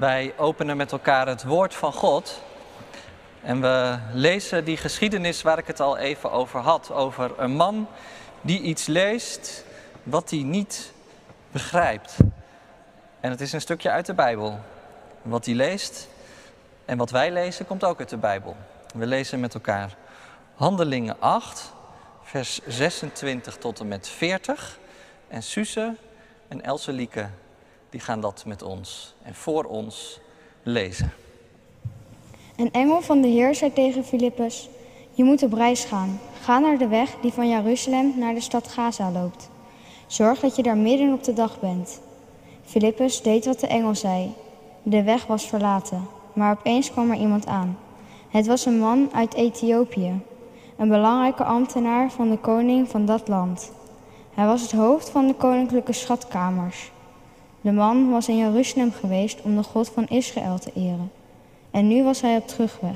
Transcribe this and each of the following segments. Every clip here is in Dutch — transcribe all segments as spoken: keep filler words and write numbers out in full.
Wij openen met elkaar het woord van God en we lezen die geschiedenis waar ik het al even over had. Over een man die iets leest wat hij niet begrijpt. En het is een stukje uit de Bijbel. Wat hij leest en wat wij lezen komt ook uit de Bijbel. We lezen met elkaar Handelingen acht, vers zesentwintig tot en met veertig. En Suze en Elselieke die gaan dat met ons en voor ons lezen. Een engel van de Heer zei tegen Filippus: je moet op reis gaan. Ga naar de weg die van Jeruzalem naar de stad Gaza loopt. Zorg dat je daar midden op de dag bent. Filippus deed wat de engel zei. De weg was verlaten, maar opeens kwam er iemand aan. Het was een man uit Ethiopië, een belangrijke ambtenaar van de koning van dat land. Hij was het hoofd van de koninklijke schatkamers. De man was in Jeruzalem geweest om de God van Israël te eren. En nu was hij op terugweg.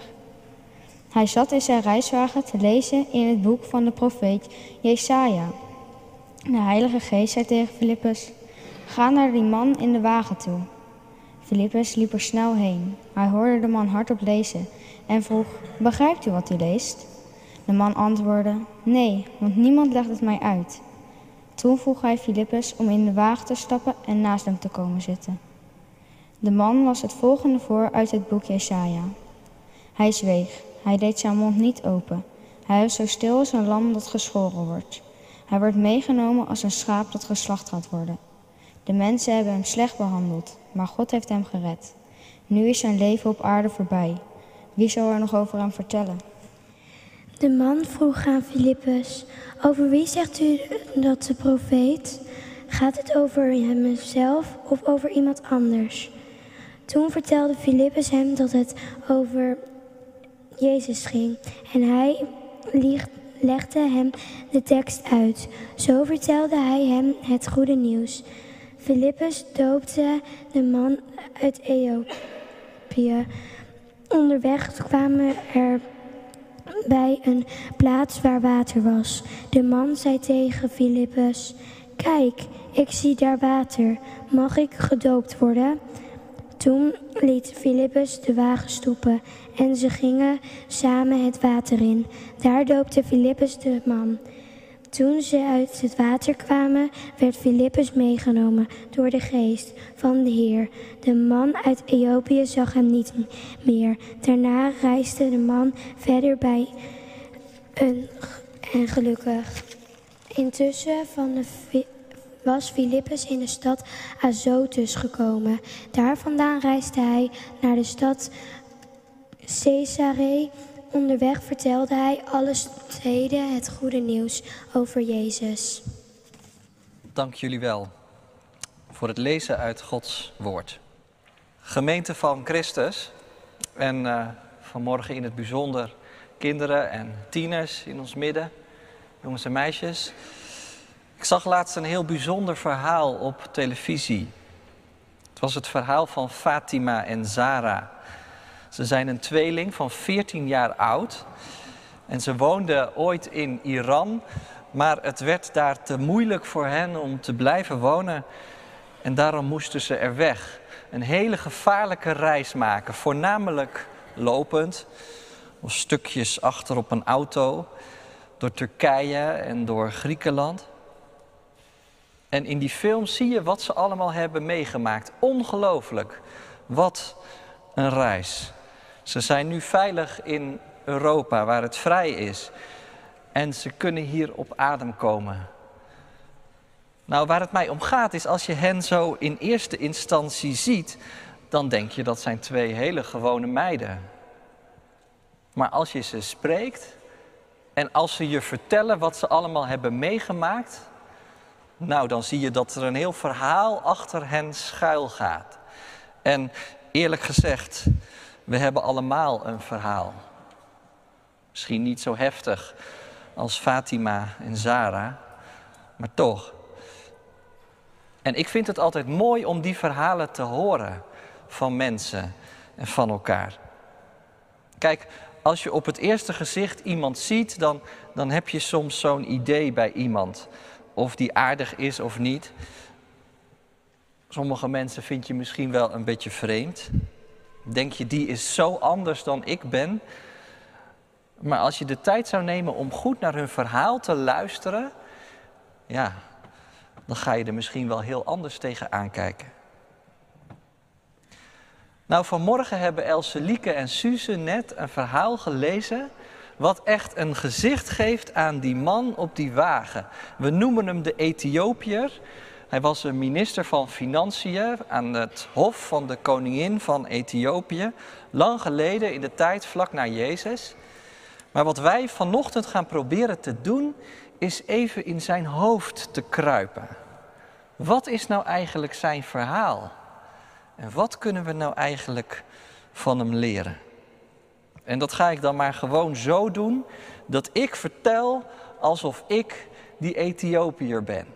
Hij zat in zijn reiswagen te lezen in het boek van de profeet Jesaja. De Heilige Geest zei tegen Filippus: ga naar die man in de wagen toe. Filippus liep er snel heen. Hij hoorde de man hardop lezen en vroeg: begrijpt u wat u leest? De man antwoordde: nee, want niemand legt het mij uit. Toen vroeg hij Filippus om in de wagen te stappen en naast hem te komen zitten. De man las het volgende voor uit het boek Jesaja. Hij zweeg, hij deed zijn mond niet open. Hij was zo stil als een lam dat geschoren wordt. Hij wordt meegenomen als een schaap dat geslacht gaat worden. De mensen hebben hem slecht behandeld, maar God heeft hem gered. Nu is zijn leven op aarde voorbij. Wie zal er nog over hem vertellen? De man vroeg aan Filippus: over wie zegt u dat de profeet? Gaat het over hemzelf of over iemand anders? Toen vertelde Filippus hem dat het over Jezus ging en hij legde hem de tekst uit. Zo vertelde hij hem het goede nieuws. Filippus doopte de man uit Ethiopië. Onderweg kwamen er bij een plaats waar water was. De man zei tegen Filippus: kijk, ik zie daar water. Mag ik gedoopt worden? Toen liet Filippus de wagen stoppen en ze gingen samen het water in. Daar doopte Filippus de man. Toen ze uit het water kwamen, werd Filippus meegenomen door de geest van de Heer. De man uit Ethiopië zag hem niet meer. Daarna reisde de man verder bij een en gelukkig. Intussen van de was Filippus in de stad Azotus gekomen. Daar vandaan reisde hij naar de stad Caesarea. Onderweg vertelde hij alle steden het goede nieuws over Jezus. Dank jullie wel voor het lezen uit Gods woord. Gemeente van Christus en uh, vanmorgen in het bijzonder kinderen en tieners in ons midden, jongens en meisjes. Ik zag laatst een heel bijzonder verhaal op televisie. Het was het verhaal van Fatima en Zara. Ze zijn een tweeling van veertien jaar oud. En ze woonden ooit in Iran. Maar het werd daar te moeilijk voor hen om te blijven wonen. En daarom moesten ze er weg. Een hele gevaarlijke reis maken. Voornamelijk lopend. Of stukjes achter op een auto. Door Turkije en door Griekenland. En in die film zie je wat ze allemaal hebben meegemaakt. Ongelooflijk. Wat een reis. Ze zijn nu veilig in Europa, waar het vrij is. En ze kunnen hier op adem komen. Nou, waar het mij om gaat is, als je hen zo in eerste instantie ziet, dan denk je dat zijn twee hele gewone meiden. Maar als je ze spreekt en als ze je vertellen wat ze allemaal hebben meegemaakt, nou, dan zie je dat er een heel verhaal achter hen schuil gaat. En eerlijk gezegd, we hebben allemaal een verhaal. Misschien niet zo heftig als Fatima en Zara, maar toch. En ik vind het altijd mooi om die verhalen te horen van mensen en van elkaar. Kijk, als je op het eerste gezicht iemand ziet, dan, dan heb je soms zo'n idee bij iemand. Of die aardig is of niet. Sommige mensen vind je misschien wel een beetje vreemd. Denk je, die is zo anders dan ik ben. Maar als je de tijd zou nemen om goed naar hun verhaal te luisteren, ja, dan ga je er misschien wel heel anders tegen aankijken. Nou, vanmorgen hebben Else, Lieke en Suze net een verhaal gelezen wat echt een gezicht geeft aan die man op die wagen. We noemen hem de Ethiopiër. Hij was een minister van Financiën aan het hof van de koningin van Ethiopië. Lang geleden, in de tijd vlak na Jezus. Maar wat wij vanochtend gaan proberen te doen, is even in zijn hoofd te kruipen. Wat is nou eigenlijk zijn verhaal? En wat kunnen we nou eigenlijk van hem leren? En dat ga ik dan maar gewoon zo doen, dat ik vertel alsof ik die Ethiopiër ben.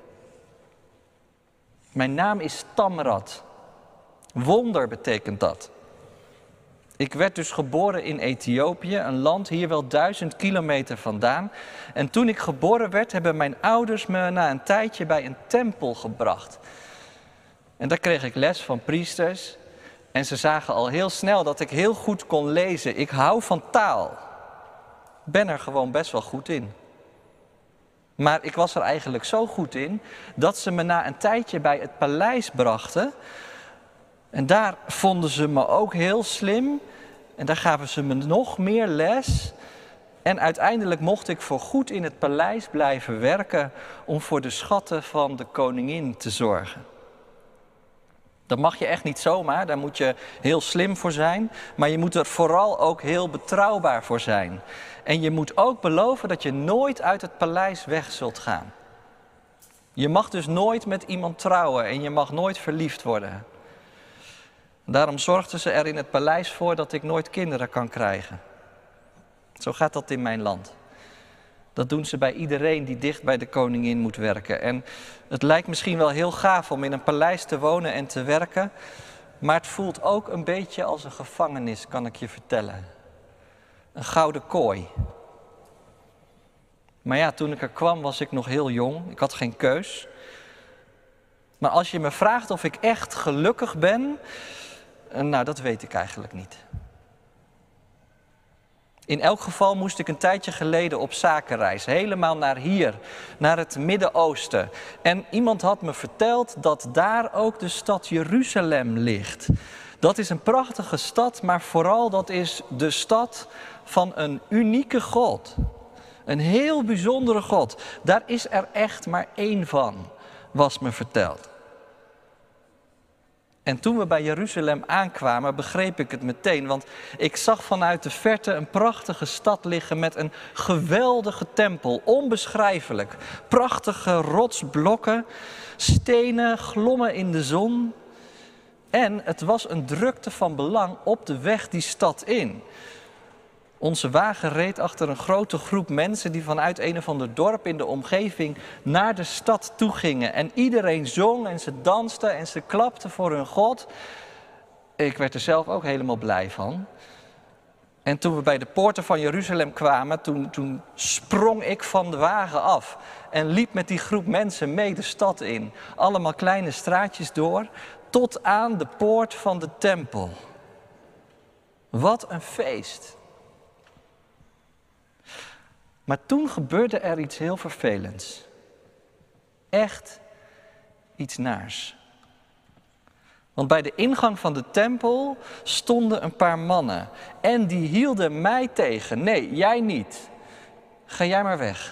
Mijn naam is Tamrat. Wonder betekent dat. Ik werd dus geboren in Ethiopië, een land hier wel duizend kilometer vandaan. En toen ik geboren werd, hebben mijn ouders me na een tijdje bij een tempel gebracht. En daar kreeg ik les van priesters. En ze zagen al heel snel dat ik heel goed kon lezen. Ik hou van taal. Ik ben er gewoon best wel goed in. Maar ik was er eigenlijk zo goed in dat ze me na een tijdje bij het paleis brachten. En daar vonden ze me ook heel slim. En daar gaven ze me nog meer les. En uiteindelijk mocht ik voorgoed in het paleis blijven werken om voor de schatten van de koningin te zorgen. Dat mag je echt niet zomaar, daar moet je heel slim voor zijn. Maar je moet er vooral ook heel betrouwbaar voor zijn. En je moet ook beloven dat je nooit uit het paleis weg zult gaan. Je mag dus nooit met iemand trouwen en je mag nooit verliefd worden. Daarom zorgden ze er in het paleis voor dat ik nooit kinderen kan krijgen. Zo gaat dat in mijn land. Dat doen ze bij iedereen die dicht bij de koningin moet werken. En het lijkt misschien wel heel gaaf om in een paleis te wonen en te werken. Maar het voelt ook een beetje als een gevangenis, kan ik je vertellen. Een gouden kooi. Maar ja, toen ik er kwam was ik nog heel jong. Ik had geen keus. Maar als je me vraagt of ik echt gelukkig ben, nou, dat weet ik eigenlijk niet. In elk geval moest ik een tijdje geleden op zakenreis, helemaal naar hier, naar het Midden-Oosten. En iemand had me verteld dat daar ook de stad Jeruzalem ligt. Dat is een prachtige stad, maar vooral dat is de stad van een unieke God. Een heel bijzondere God. Daar is er echt maar één van, was me verteld. En toen we bij Jeruzalem aankwamen, begreep ik het meteen. Want ik zag vanuit de verte een prachtige stad liggen met een geweldige tempel. Onbeschrijfelijk. Prachtige rotsblokken, stenen glommen in de zon. En het was een drukte van belang op de weg die stad in. Onze wagen reed achter een grote groep mensen die vanuit een of ander dorp in de omgeving naar de stad toe gingen. En iedereen zong en ze dansten en ze klapten voor hun God. Ik werd er zelf ook helemaal blij van. En toen we bij de poorten van Jeruzalem kwamen, toen, toen sprong ik van de wagen af. En liep met die groep mensen mee de stad in. Allemaal kleine straatjes door, tot aan de poort van de tempel. Wat een feest. Maar toen gebeurde er iets heel vervelends. Echt iets naars. Want bij de ingang van de tempel stonden een paar mannen. En die hielden mij tegen. Nee, jij niet. Ga jij maar weg.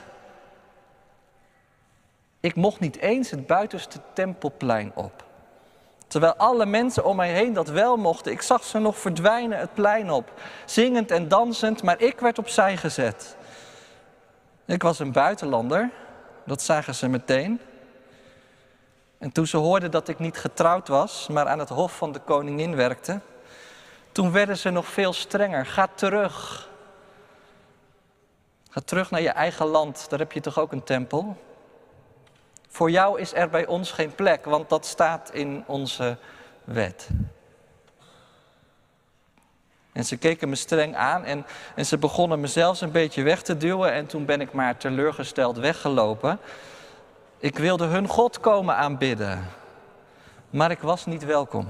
Ik mocht niet eens het buitenste tempelplein op. Terwijl alle mensen om mij heen dat wel mochten. Ik zag ze nog verdwijnen het plein op. Zingend en dansend, maar ik werd opzij gezet. Ik was een buitenlander, dat zagen ze meteen. En toen ze hoorden dat ik niet getrouwd was, maar aan het hof van de koningin werkte, toen werden ze nog veel strenger. Ga terug. Ga terug naar je eigen land, daar heb je toch ook een tempel? Voor jou is er bij ons geen plek, want dat staat in onze wet. En ze keken me streng aan en, en ze begonnen me zelfs een beetje weg te duwen. En toen ben ik maar teleurgesteld weggelopen. Ik wilde hun God komen aanbidden. Maar ik was niet welkom.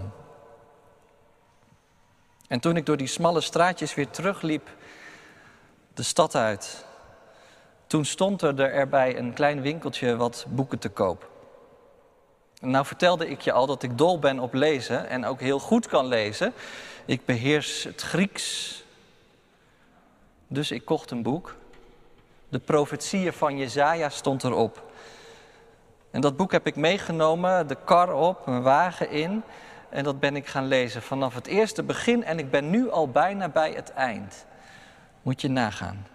En toen ik door die smalle straatjes weer terugliep de stad uit, toen stond er erbij een klein winkeltje wat boeken te koop. En nou vertelde ik je al dat ik dol ben op lezen en ook heel goed kan lezen. Ik beheers het Grieks. Dus ik kocht een boek. De profetieën van Jesaja stond erop. En dat boek heb ik meegenomen, de kar op, mijn wagen in. En dat ben ik gaan lezen vanaf het eerste begin. En ik ben nu al bijna bij het eind. Moet je nagaan.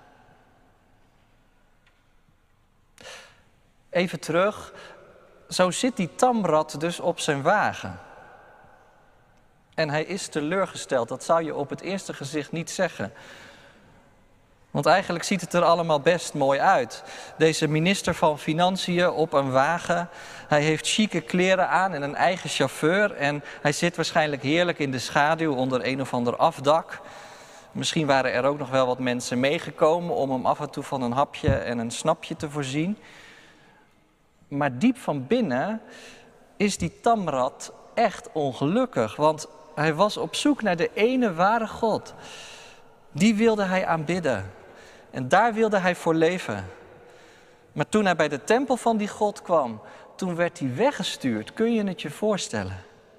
Even terug. Zo zit die Tamrat dus op zijn wagen. En hij is teleurgesteld. Dat zou je op het eerste gezicht niet zeggen. Want eigenlijk ziet het er allemaal best mooi uit. Deze minister van Financiën op een wagen. Hij heeft chique kleren aan en een eigen chauffeur. En hij zit waarschijnlijk heerlijk in de schaduw onder een of ander afdak. Misschien waren er ook nog wel wat mensen meegekomen om hem af en toe van een hapje en een snapje te voorzien. Maar diep van binnen is die Tamrat echt ongelukkig. Want hij was op zoek naar de ene ware God. Die wilde hij aanbidden. En daar wilde hij voor leven. Maar toen hij bij de tempel van die God kwam, toen werd hij weggestuurd. Kun je het je voorstellen?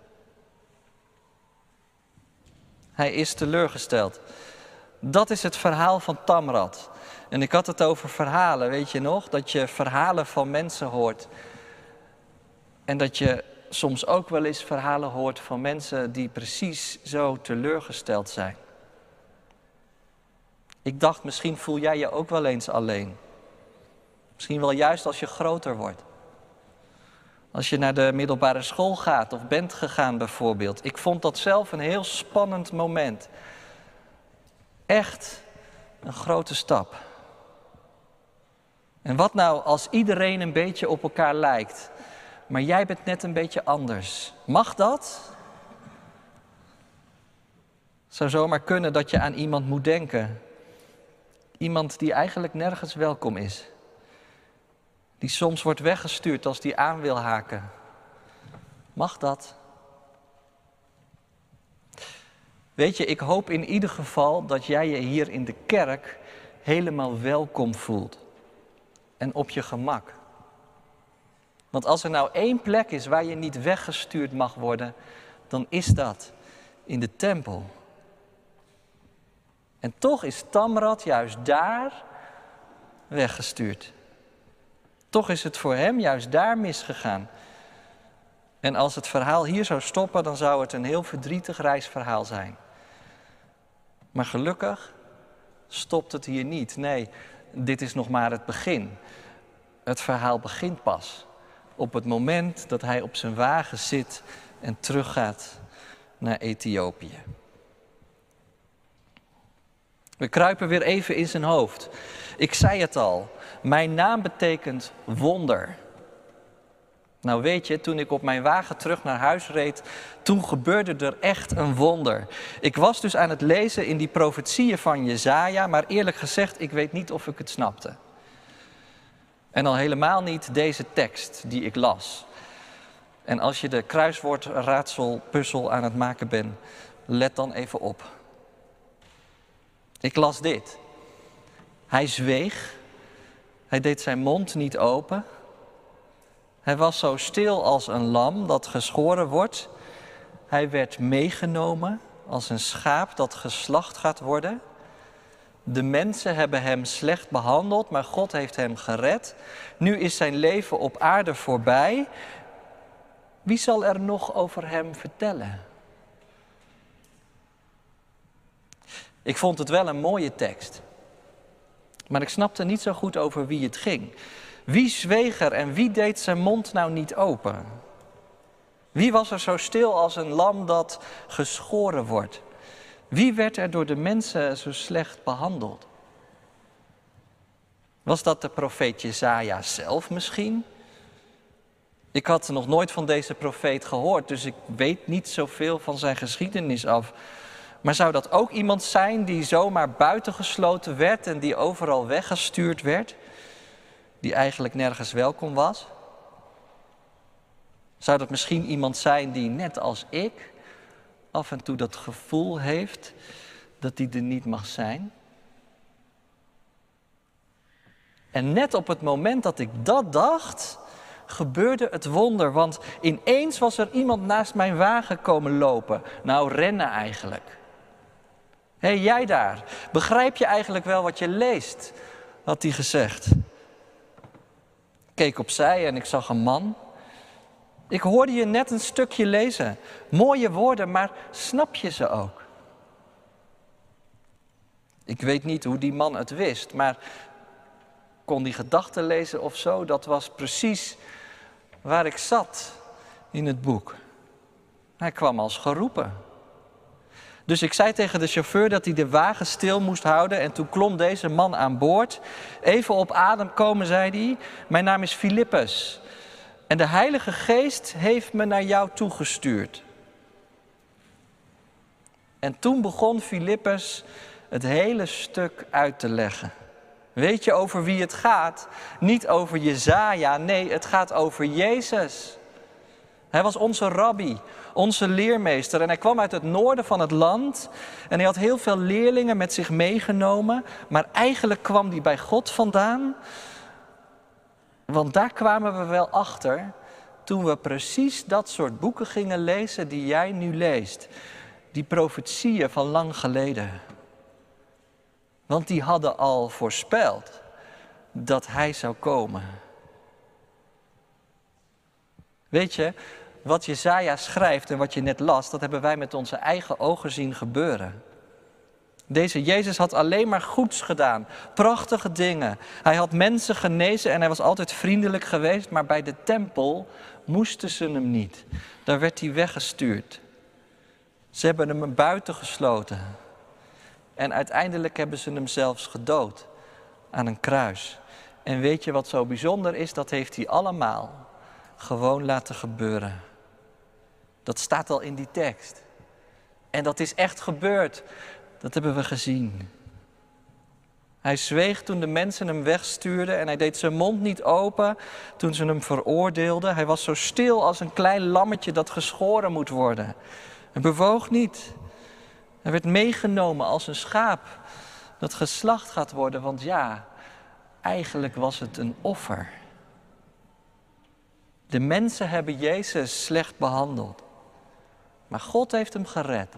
Hij is teleurgesteld. Dat is het verhaal van Tamrat. En ik had het over verhalen, weet je nog? Dat je verhalen van mensen hoort. En dat je soms ook wel eens verhalen hoort van mensen die precies zo teleurgesteld zijn. Ik dacht, misschien voel jij je ook wel eens alleen. Misschien wel juist als je groter wordt. Als je naar de middelbare school gaat of bent gegaan bijvoorbeeld. Ik vond dat zelf een heel spannend moment. Echt een grote stap. En wat nou als iedereen een beetje op elkaar lijkt, maar jij bent net een beetje anders? Mag dat? Het zou zomaar kunnen dat je aan iemand moet denken. Iemand die eigenlijk nergens welkom is. Die soms wordt weggestuurd als die aan wil haken. Mag dat? Weet je, ik hoop in ieder geval dat jij je hier in de kerk helemaal welkom voelt. En op je gemak. Want als er nou één plek is waar je niet weggestuurd mag worden, dan is dat in de tempel. En toch is Tamrat juist daar weggestuurd. Toch is het voor hem juist daar misgegaan. En als het verhaal hier zou stoppen, dan zou het een heel verdrietig reisverhaal zijn. Maar gelukkig stopt het hier niet. Nee, dit is nog maar het begin. Het verhaal begint pas op het moment dat hij op zijn wagen zit en teruggaat naar Ethiopië. We kruipen weer even in zijn hoofd. Ik zei het al, mijn naam betekent wonder. Nou weet je, toen ik op mijn wagen terug naar huis reed, toen gebeurde er echt een wonder. Ik was dus aan het lezen in die profetieën van Jesaja, maar eerlijk gezegd, ik weet niet of ik het snapte. En al helemaal niet deze tekst die ik las. En als je de kruiswoordraadselpuzzel aan het maken bent, let dan even op. Ik las dit. Hij zweeg, hij deed zijn mond niet open. Hij was zo stil als een lam dat geschoren wordt. Hij werd meegenomen als een schaap dat geslacht gaat worden. De mensen hebben hem slecht behandeld, maar God heeft hem gered. Nu is zijn leven op aarde voorbij. Wie zal er nog over hem vertellen? Ik vond het wel een mooie tekst. Maar ik snapte niet zo goed over wie het ging. Wie zweeg er en wie deed zijn mond nou niet open? Wie was er zo stil als een lam dat geschoren wordt? Wie werd er door de mensen zo slecht behandeld? Was dat de profeet Jesaja zelf misschien? Ik had nog nooit van deze profeet gehoord, dus ik weet niet zoveel van zijn geschiedenis af. Maar zou dat ook iemand zijn die zomaar buitengesloten werd en die overal weggestuurd werd? Die eigenlijk nergens welkom was? Zou dat misschien iemand zijn die net als ik af en toe dat gevoel heeft dat hij er niet mag zijn? En net op het moment dat ik dat dacht, gebeurde het wonder. Want ineens was er iemand naast mijn wagen komen lopen. Nou, rennen eigenlijk. Hé, hey, jij daar, begrijp je eigenlijk wel wat je leest? Had hij gezegd. Ik keek opzij en ik zag een man. Ik hoorde je net een stukje lezen. Mooie woorden, maar snap je ze ook? Ik weet niet hoe die man het wist, maar kon die gedachten lezen of zo? Dat was precies waar ik zat in het boek. Hij kwam als geroepen. Dus ik zei tegen de chauffeur dat hij de wagen stil moest houden en toen klom deze man aan boord. Even op adem komen, zei hij. Mijn naam is Filippus en de Heilige Geest heeft me naar jou toegestuurd. En toen begon Filippus het hele stuk uit te leggen. Weet je over wie het gaat? Niet over Jesaja, nee, het gaat over Jezus. Hij was onze rabbi, onze leermeester en hij kwam uit het noorden van het land en hij had heel veel leerlingen met zich meegenomen, maar eigenlijk kwam hij bij God vandaan, want daar kwamen we wel achter toen we precies dat soort boeken gingen lezen die jij nu leest, die profetieën van lang geleden. Want die hadden al voorspeld dat hij zou komen. Weet je, wat Jesaja schrijft en wat je net las, dat hebben wij met onze eigen ogen zien gebeuren. Deze Jezus had alleen maar goeds gedaan, prachtige dingen. Hij had mensen genezen en hij was altijd vriendelijk geweest, maar bij de tempel moesten ze hem niet. Daar werd hij weggestuurd. Ze hebben hem buiten gesloten. En uiteindelijk hebben ze hem zelfs gedood aan een kruis. En weet je wat zo bijzonder is? Dat heeft hij allemaal gewoon laten gebeuren. Dat staat al in die tekst. En dat is echt gebeurd. Dat hebben we gezien. Hij zweeg toen de mensen hem wegstuurden en hij deed zijn mond niet open toen ze hem veroordeelden. Hij was zo stil als een klein lammetje dat geschoren moet worden. Hij bewoog niet. Hij werd meegenomen als een schaap dat geslacht gaat worden, want ja, eigenlijk was het een offer. De mensen hebben Jezus slecht behandeld, maar God heeft hem gered.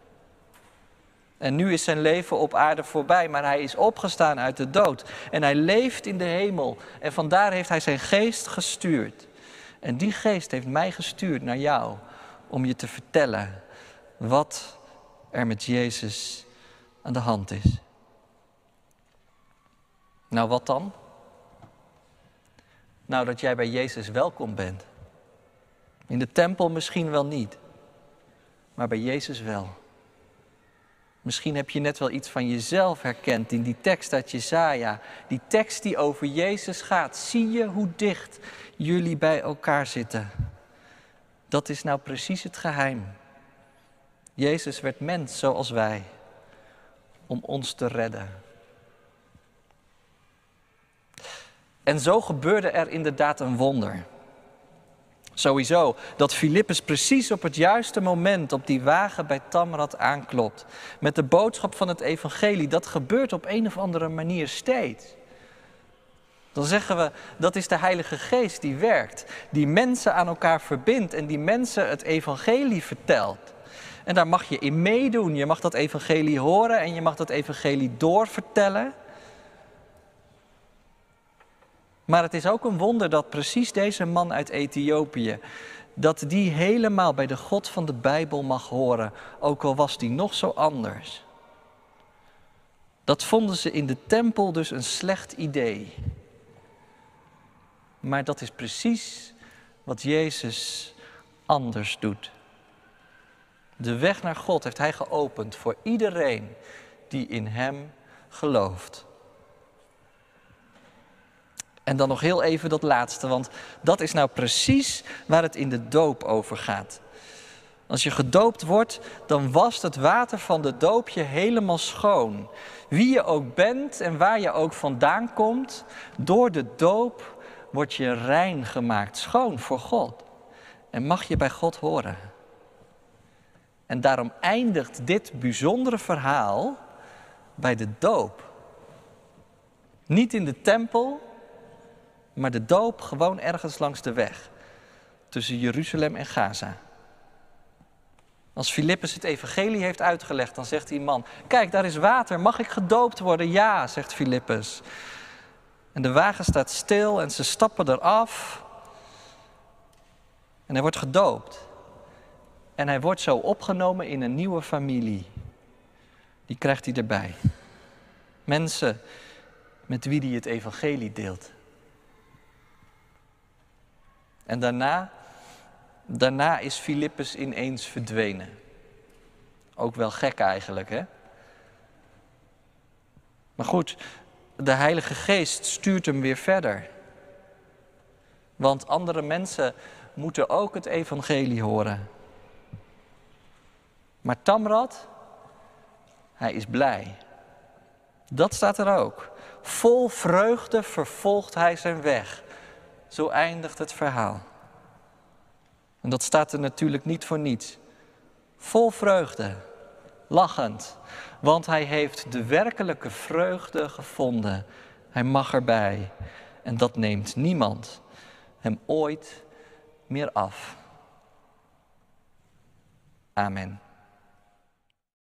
En nu is zijn leven op aarde voorbij, maar hij is opgestaan uit de dood. En hij leeft in de hemel en vandaar heeft hij zijn geest gestuurd. En die geest heeft mij gestuurd naar jou om je te vertellen wat er met Jezus aan de hand is. Nou, wat dan? Nou, dat jij bij Jezus welkom bent. In de tempel misschien wel niet, maar bij Jezus wel. Misschien heb je net wel iets van jezelf herkend in die tekst uit Jesaja. Die tekst die over Jezus gaat. Zie je hoe dicht jullie bij elkaar zitten? Dat is nou precies het geheim. Jezus werd mens zoals wij, om ons te redden. En zo gebeurde er inderdaad een wonder. Sowieso, dat Filippus precies op het juiste moment op die wagen bij Tamrat aanklopt. Met de boodschap van het evangelie, dat gebeurt op een of andere manier steeds. Dan zeggen we, dat is de Heilige Geest die werkt. Die mensen aan elkaar verbindt en die mensen het evangelie vertelt. En daar mag je in meedoen. Je mag dat evangelie horen en je mag dat evangelie doorvertellen. Maar het is ook een wonder dat precies deze man uit Ethiopië, dat die helemaal bij de God van de Bijbel mag horen, ook al was die nog zo anders. Dat vonden ze in de tempel dus een slecht idee. Maar dat is precies wat Jezus anders doet. De weg naar God heeft hij geopend voor iedereen die in hem gelooft. En dan nog heel even dat laatste, want dat is nou precies waar het in de doop over gaat. Als je gedoopt wordt, dan wast het water van de doop je helemaal schoon. Wie je ook bent en waar je ook vandaan komt, door de doop word je rein gemaakt, schoon voor God. en mag je bij God horen. En daarom eindigt dit bijzondere verhaal bij de doop. Niet in de tempel, maar de doop gewoon ergens langs de weg. Tussen Jeruzalem en Gaza. Als Filippus het evangelie heeft uitgelegd, dan zegt die man: kijk, daar is water, mag ik gedoopt worden? Ja, zegt Filippus. En de wagen staat stil en ze stappen eraf. En hij wordt gedoopt. En hij wordt zo opgenomen in een nieuwe familie. Die krijgt hij erbij. Mensen met wie hij het evangelie deelt. En daarna, daarna is Filippus ineens verdwenen. Ook wel gek eigenlijk, hè? Maar goed, de Heilige Geest stuurt hem weer verder. Want andere mensen moeten ook het evangelie horen. Maar Tamrat, hij is blij. Dat staat er ook. Vol vreugde vervolgt hij zijn weg. Zo eindigt het verhaal. En dat staat er natuurlijk niet voor niets. Vol vreugde, lachend. Want hij heeft de werkelijke vreugde gevonden. Hij mag erbij. En dat neemt niemand hem ooit meer af. Amen.